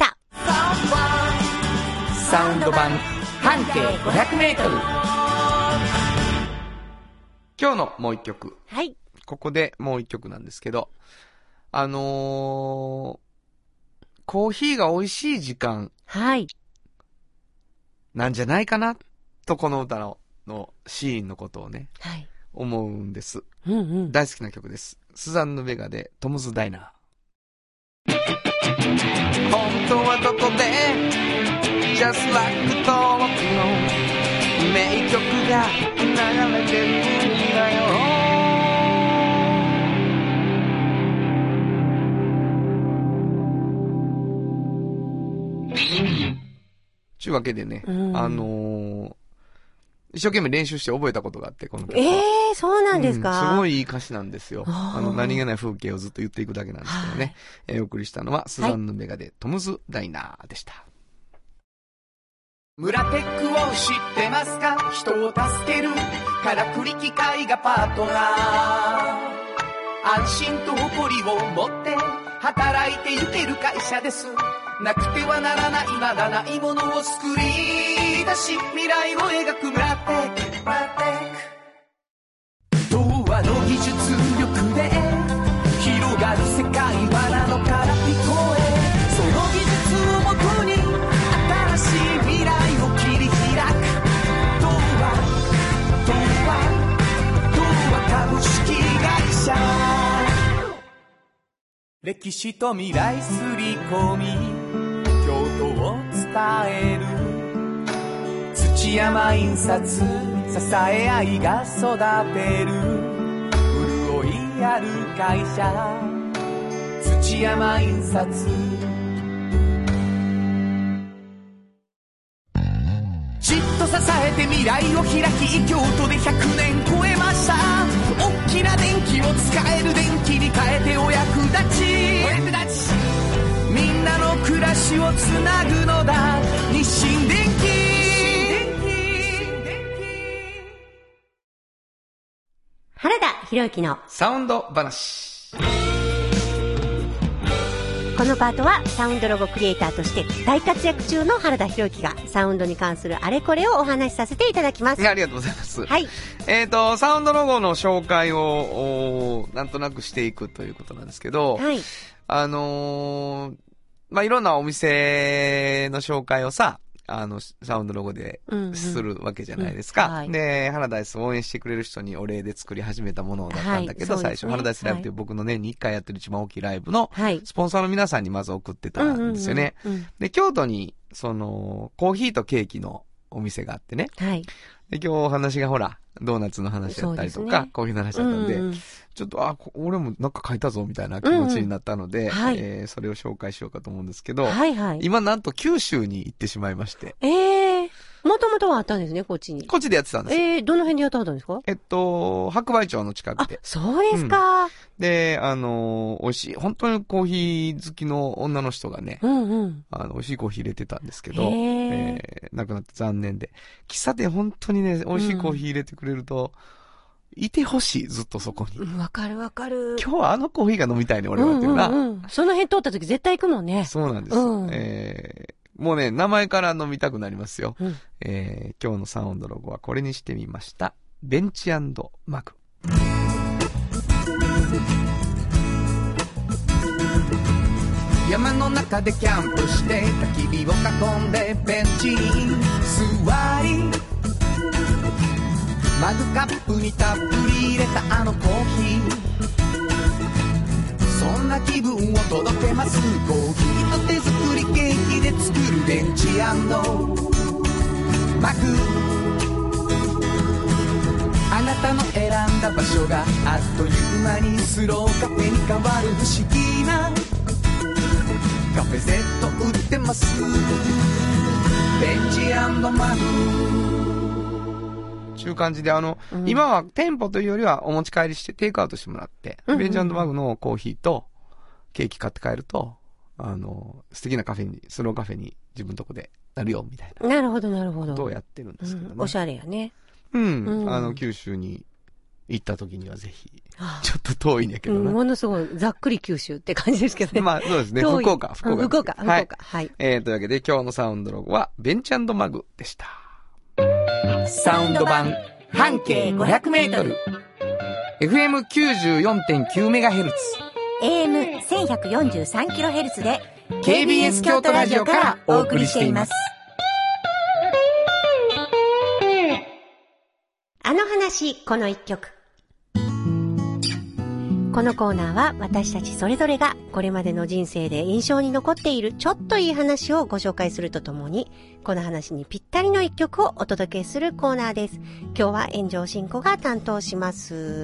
E: サウンド版半径ごひゃくメートル。
B: 今日のもう一曲。
C: はい。
B: ここでもう一曲なんですけど、あのー、コーヒーが美味しい時間。
C: はい。
B: なんじゃないかなと、この歌の、のシーンのことをね、
C: はい。
B: 思うんです。
C: うんうん。
B: 大好きな曲です。スザンヌ・ベガでトムズ・ダイナー。本当はどこで Just like 登録の名曲が流れてるんだよ。ちゅうわけでね、うん、あのー、一生懸命練習して覚えたことがあって、この曲は。
C: ええー、そうなんですか、
B: うん、すごいいい歌詞なんですよ。あの、何気ない風景をずっと言っていくだけなんですけどね。えー、お送りしたのは、スザンヌ・ベガでトムズ・ダイナーでした。
E: 村テックを知ってますか？人を助けるからくり機械がパートナー。安心と誇りを持って働いてゆける会社です。なくてはならないまだないものを作り出し未来を描くブラテック。童話の技術力で広がる世界はなのから聞こえ、その技術をもとに新しい未来を切り開く。童話童話童話株式会社。歴史と未来すり込み京都を伝える土山印刷、支え合いが育てる潤いある会社土山印刷。じっと支えて未来を開き、京都でひゃくねん超えました。大きな電気を使える電気に変えてお役立ち、お役立ち。みんなの暮らしをつなぐのだ、日清電気。
C: 原田博之の
B: サウンド話。
C: このパートはサウンドロゴクリエイターとして大活躍中の原田博之がサウンドに関するあれこれをお話しさせていただきます。
B: ありがとうございます。
C: はい。
B: えっと、サウンドロゴの紹介をなんとなくしていくということなんですけど、
C: はい。
B: あのー、まあ、いろんなお店の紹介をさ、あの、サウンドロゴでするわけじゃないですか。
C: うんうんはい、
B: で、ハラダイスを応援してくれる人にお礼で作り始めたものだったんだけど、はい、最初、ね、ハラダイスライブという僕の年にいっかいやってる一番大きいライブの、スポンサーの皆さんにまず送ってたんですよね。
C: うんうんうんうん、
B: で、京都に、その、コーヒーとケーキのお店があってね。
C: はい。
B: で、今日お話がほら、ドーナツの話だったりとか、ね、コーヒーの話だったんで、うんうん、ちょっと、あ、俺もなんか書いたぞみたいな気持ちになったので、うんうんはいえー、それを紹介しようかと思うんですけど、
C: はいはい、
B: 今なんと九州に行ってしまいまして。
C: ええー。もともとはあったんですね、こっちに。
B: こっちでやってたんですよ。
C: ええー、どの辺でやってはったんですか？
B: えっと、白梅町の近くで。
C: あ、そうですか。うん、
B: で、あのー、美味しい、本当にコーヒー好きの女の人がね、
C: うんうん、
B: あの、美味しいコーヒー入れてたんですけど、えー、亡くなって残念で。喫茶店本当にね、美味しいコーヒー入れてくれると、うん、いてほしい、ずっとそこに。
C: わかるわかる。
B: 今日はあのコーヒーが飲みたいね、俺はっていうな、
C: うんうんうん。その辺通った時絶対行くもんね。
B: そうなんです。うん、えーもうね、名前から飲みたくなりますよ。うんえー、今日のサウンドロゴはこれにしてみました。ベンチ&マグ。
E: 山の中でキャンプして焚き火を囲んでベンチに座り、マグカップにたっぷり入れたあのコーヒー、そんな気分を届けます。コーヒーと手作りケーキで作るベンチ&マグ。あなたの選んだ場所があっという間にスローカフェに変わる不思議なカフェセット売ってます。ベンチ&マグ
B: ちゅう感じで、あの、うん、今は店舗というよりはお持ち帰りしてテイクアウトしてもらって、うんうん、ベンチ&マグのコーヒーとケーキ買って帰ると、あの、素敵なカフェに、スローカフェに自分のとこでなるよ、みたいな。
C: なるほど、なるほど。
B: ことをやってるんですけどね。
C: うん、おしゃれやね。
B: うん。うん、あの、九州に行った時にはぜひ、ちょっと遠いんやけどな、
C: うん。ものすごい、ざっくり九州って感じですけどね。
B: まあ、そうですね。福岡、福岡。
C: 福岡、福岡。はい。はい、
B: えー、というわけで今日のサウンドロゴは、ベンチ&マグでした。
E: サウンド版、半径ごひゃくメートル。
B: エフエムきゅうじゅうよんてんきゅうメガヘルツ。
D: エーエムせんひゃくよんじゅうさんキロヘルツ で、
E: ケービーエス 京都ラジオからお送りしています。
C: あの話、この一曲。このコーナーは私たちそれぞれがこれまでの人生で印象に残っているちょっといい話をご紹介するとともに、この話にぴったりの一曲をお届けするコーナーです。今日は炎上進行が担当します。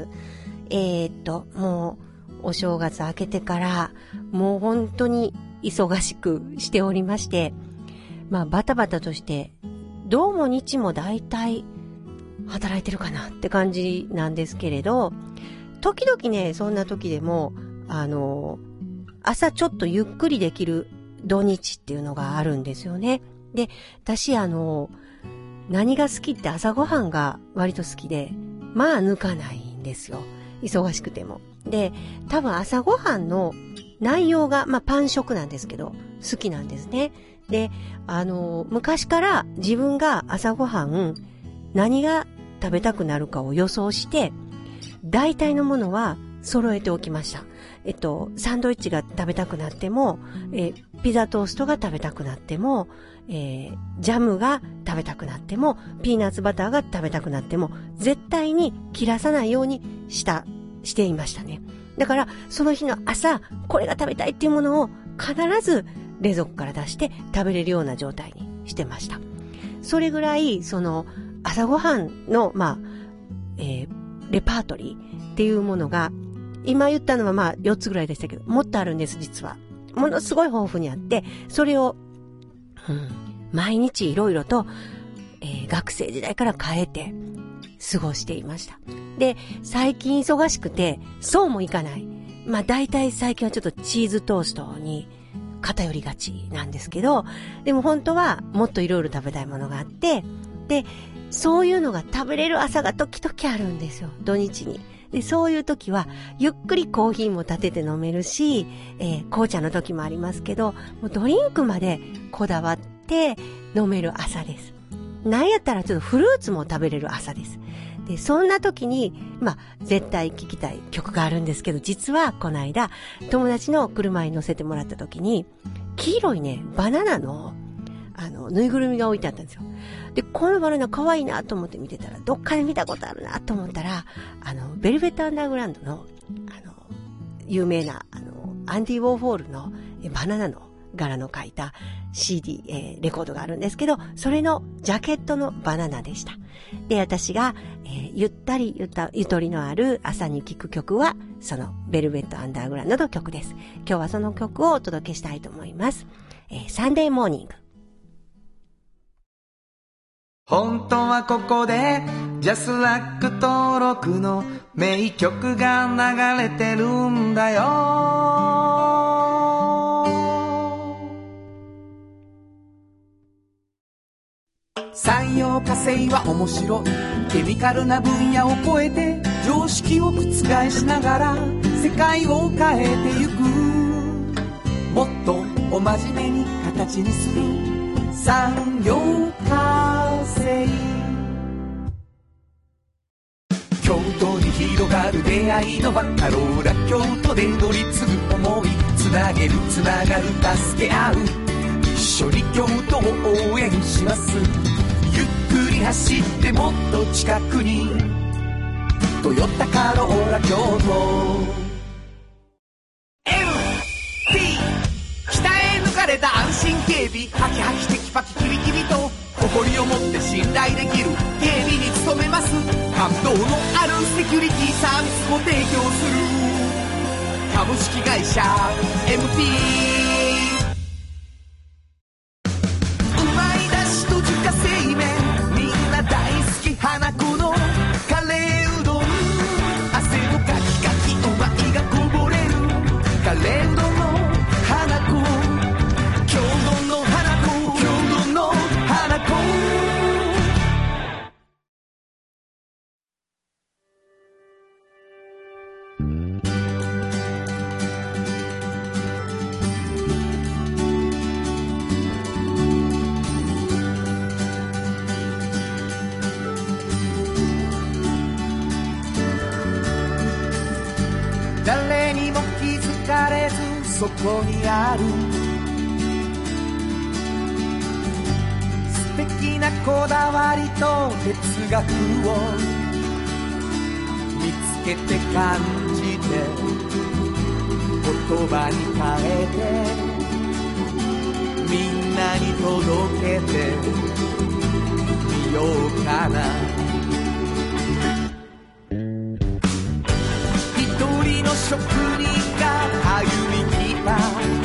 C: えーっと、もうお正月明けてからもう本当に忙しくしておりまして、まあバタバタとしてどうも日もだいたい働いてるかなって感じなんですけれど、時々ね、そんな時でも、あの、朝ちょっとゆっくりできる土日っていうのがあるんですよね。で、私あの、何が好きって朝ごはんが割と好きで、まあ抜かないんですよ。忙しくても。で、多分朝ごはんの内容が、まあパン食なんですけど、好きなんですね。で、あの、昔から自分が朝ごはん何が食べたくなるかを予想して、大体のものは揃えておきました。えっと、サンドイッチが食べたくなっても、えー、ピザトーストが食べたくなっても、えー、ジャムが食べたくなっても、ピーナッツバターが食べたくなっても、絶対に切らさないようにした、していましたね。だから、その日の朝、これが食べたいっていうものを必ず冷蔵庫から出して食べれるような状態にしてました。それぐらい、その、朝ごはんの、まあ、えーレパートリーっていうものが今言ったのはまあよっつぐらいでしたけど、もっとあるんです、実は。ものすごい豊富にあって、それを、うん、毎日いろいろと、えー、学生時代から変えて過ごしていました。で、最近忙しくて、そうもいかない。まあ大体最近はちょっとチーズトーストに偏りがちなんですけど、でも本当はもっといろいろ食べたいものがあって、で、そういうのが食べれる朝が時々あるんですよ、土日に。で、そういう時は、ゆっくりコーヒーも立てて飲めるし、えー、紅茶の時もありますけど、もうドリンクまでこだわって飲める朝です。なんやったらちょっとフルーツも食べれる朝です。で、そんな時に、まあ、絶対聴きたい曲があるんですけど、実はこの間、友達の車に乗せてもらった時に、黄色いね、バナナの、あの、ぬいぐるみが置いてあったんですよ。で、このバナナ可愛いなと思って見てたら、どっかで見たことあるなと思ったら、あの、ベルベットアンダーグラウンドの、あの、有名な、あの、アンディ・ウォーホールのバナナの柄の書いた シーディー、えー、レコードがあるんですけど、それのジャケットのバナナでした。で、私が、えー、ゆったりゆた、ゆとりのある朝に聴く曲は、そのベルベットアンダーグラウンドの曲です。今日はその曲をお届けしたいと思います。えー、サンデーモーニング。
E: 本当はここでジャスラック登録の名曲が流れてるんだよ。産業化成は面白いケミカルな分野を超えて常識を覆しながら世界を変えてゆく。もっとお真面目に形にする産業化成。京都に広がる出会いのバカローラ京都で乗り継ぐ思いつなげるつながる助け合う一緒に京都を応援します。ゆっくり走ってもっと近くにトヨタカローラ京都。 エムティー 鍛え抜かれた安心警備ハキハキテキパキキビキビと誇りを持って信頼できる警備に努めます。感動のあるセキュリティサービスを提供する株式会社 エムティー。 うまいだしと自家製麺みんな大好き花子のカレーうどん汗のかきかきうまいがこぼれるカレーうどんの花子京都の花子京都の花子。誰にも気づかれずそこにある素敵なこだわりと哲学を見つけて感じて言葉に変えてみんなに届けてみようかな。職人が歩み来た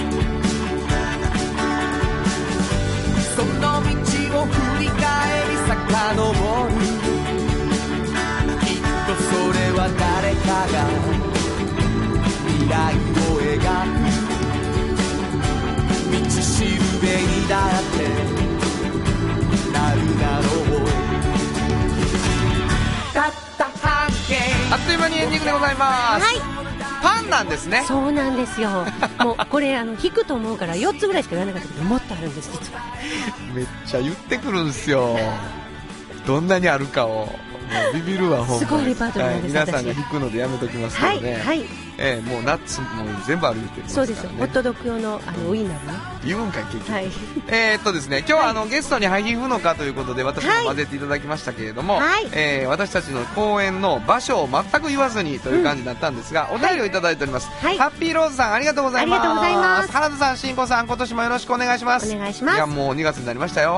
E: その道を振り返り遡るきっとそれは誰かが未来を描く道しるべにだってなるだろう。たった半径
B: あっという間にエンディングでございます。
C: はい、
B: パンなんですね。
C: そうなんですよ。もうこれあの引くと思うからよっつぐらいしか言わなかったけどもっとあるんです実は。
B: めっちゃ言ってくるんですよ。どんなにあるかを。もうビビるわほんまに。
C: すごいレパートリーなんです、
B: はい、皆さんが引くのでやめときますけどね。
C: はいはい。
B: えー、もうナッツも全部ある言ってますからね。
C: そうですよ。ホットドッグ用のあのウインナーね。
B: 言うんかい結局。
C: はい。
B: えーっとですね今日はあの、はい、ゲストにハヒフノカということで私も混ぜていただきましたけれども、はい、えー、私たちの公演の場所を全く言わずにという感じになったんですが、うん、お便りをいただいております。はい、ハッピーローズさんありがとうございます。
C: ありがとうございます。
B: 原田さん、しんこさん今年もよろしくお願いします。
C: お願いします。
B: いやもうにがつになりましたよ。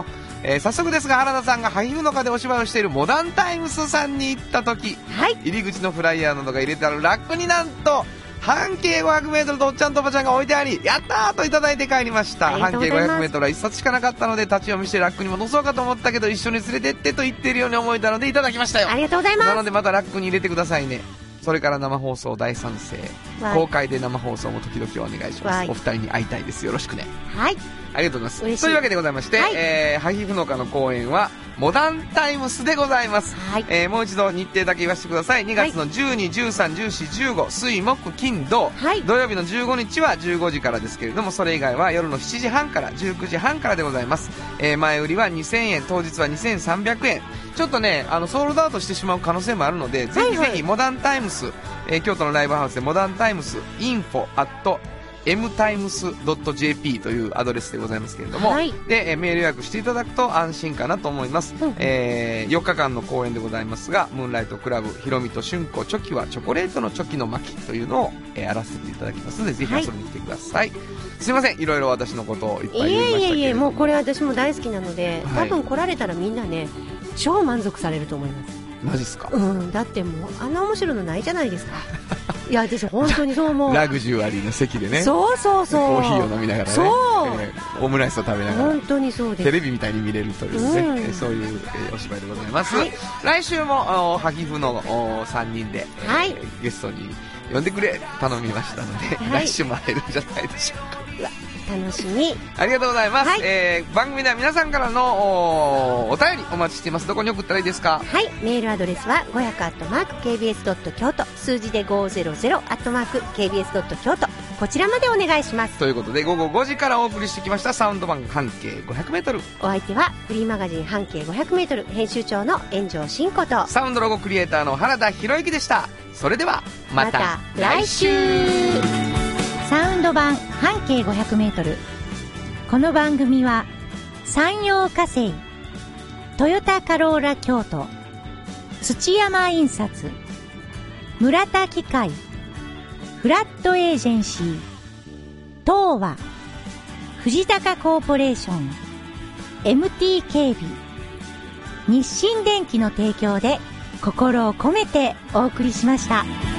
B: えー、早速ですが原田さんが俳優の課でお芝居をしているモダンタイムスさんに行った時、はい、入り口のフライヤーなどが入れてあるラックになんと半径 ごひゃくメートル とおっちゃんとおばちゃんが置いてあり、やったーといただいて帰りました。半径 ごひゃくメートル はいっさつしかなかったので立ち読みしてラックに戻そうかと思ったけど一緒に連れてってと言っているように思えたのでいただきましたよ。
C: ありがとうございます。
B: なのでまたラックに入れてくださいね。それから生放送大賛成、公開で生放送も時々お願いします。お二人に会いたいです。よろしくね。
C: はい、
B: ありがとうございます。というわけでございまして、はい、えー、ハヒフノカの公演はモダンタイムスでございます、はい、えー、もう一度日程だけ言わせてください。にがつのじゅうに、じゅうさん、じゅうよん、じゅうご水木金土、はい、土曜日のじゅうごにちはじゅうごじからですけれども、それ以外は夜のしちじはんからじゅうくじはんからでございます、えー、前売りはにせんえん、当日はにせんさんびゃくえん。ちょっとねあのソールドアウトしてしまう可能性もあるので、ぜひぜひモダンタイムス、えー、京都のライブハウスでモダンタイムスインフォアットエムタイムスドットジェーピー というアドレスでございますけれども、はい、で、えー、メール予約していただくと安心かなと思います、うん、えー、よっかかんの公演でございますが、ムーンライトクラブひろみとしゅんこチョキはチョコレートのチョキの巻というのを、えー、やらせていただきますので、ぜひ遊びに来てください、はい、すいません、いろいろ私のことをいっぱい言いましたけれども、いえいえいえ、
C: もうこれ私も大好きなので、はい、多分来られたらみんなね超満足されると思います。
B: マジっすか？
C: うん、だってもうあんな面白いのないじゃないですか。いや私本当にそう思う。
B: ラグジュアリーの席でね、
C: そうそうそう、
B: コーヒーを飲みながらね、
C: そう、
B: えー、オムライスを食べながら
C: 本当にそうです。
B: テレビみたいに見れるというね、うん、えー、そういう、えー、お芝居でございます、はい、来週もハギフのさんにんで、はい、えー、ゲストに呼んでくれ頼みましたので、はい、来週も会えるんじゃないでしょうか。
C: 楽しみ。
B: ありがとうございます、はい、えー、番組では皆さんからの お, お便りお待ちしています。どこに送ったらいいですか？
C: はい、メールアドレスはごひゃくアットマークケービーエスドット京都、数字でごひゃくアットマークケービーエスドット京都、こちらまでお願いします。
B: ということで午後ごじからお送りしてきましたサウンド版半径 ごひゃくメートル、
C: お相手はフリーマガジン半径 ごひゃくメートル 編集長の炎上真子と
B: サウンドロゴクリエイターの原田博之でした。それではまた、また来週。
D: サウンド版半径 ごひゃくメートル、この番組は山陽火星、トヨタカローラ京都、土山印刷、村田機械、フラットエージェンシー、東和、藤高コーポレーション、エムティー 警備、日清電機の提供で心を込めてお送りしました。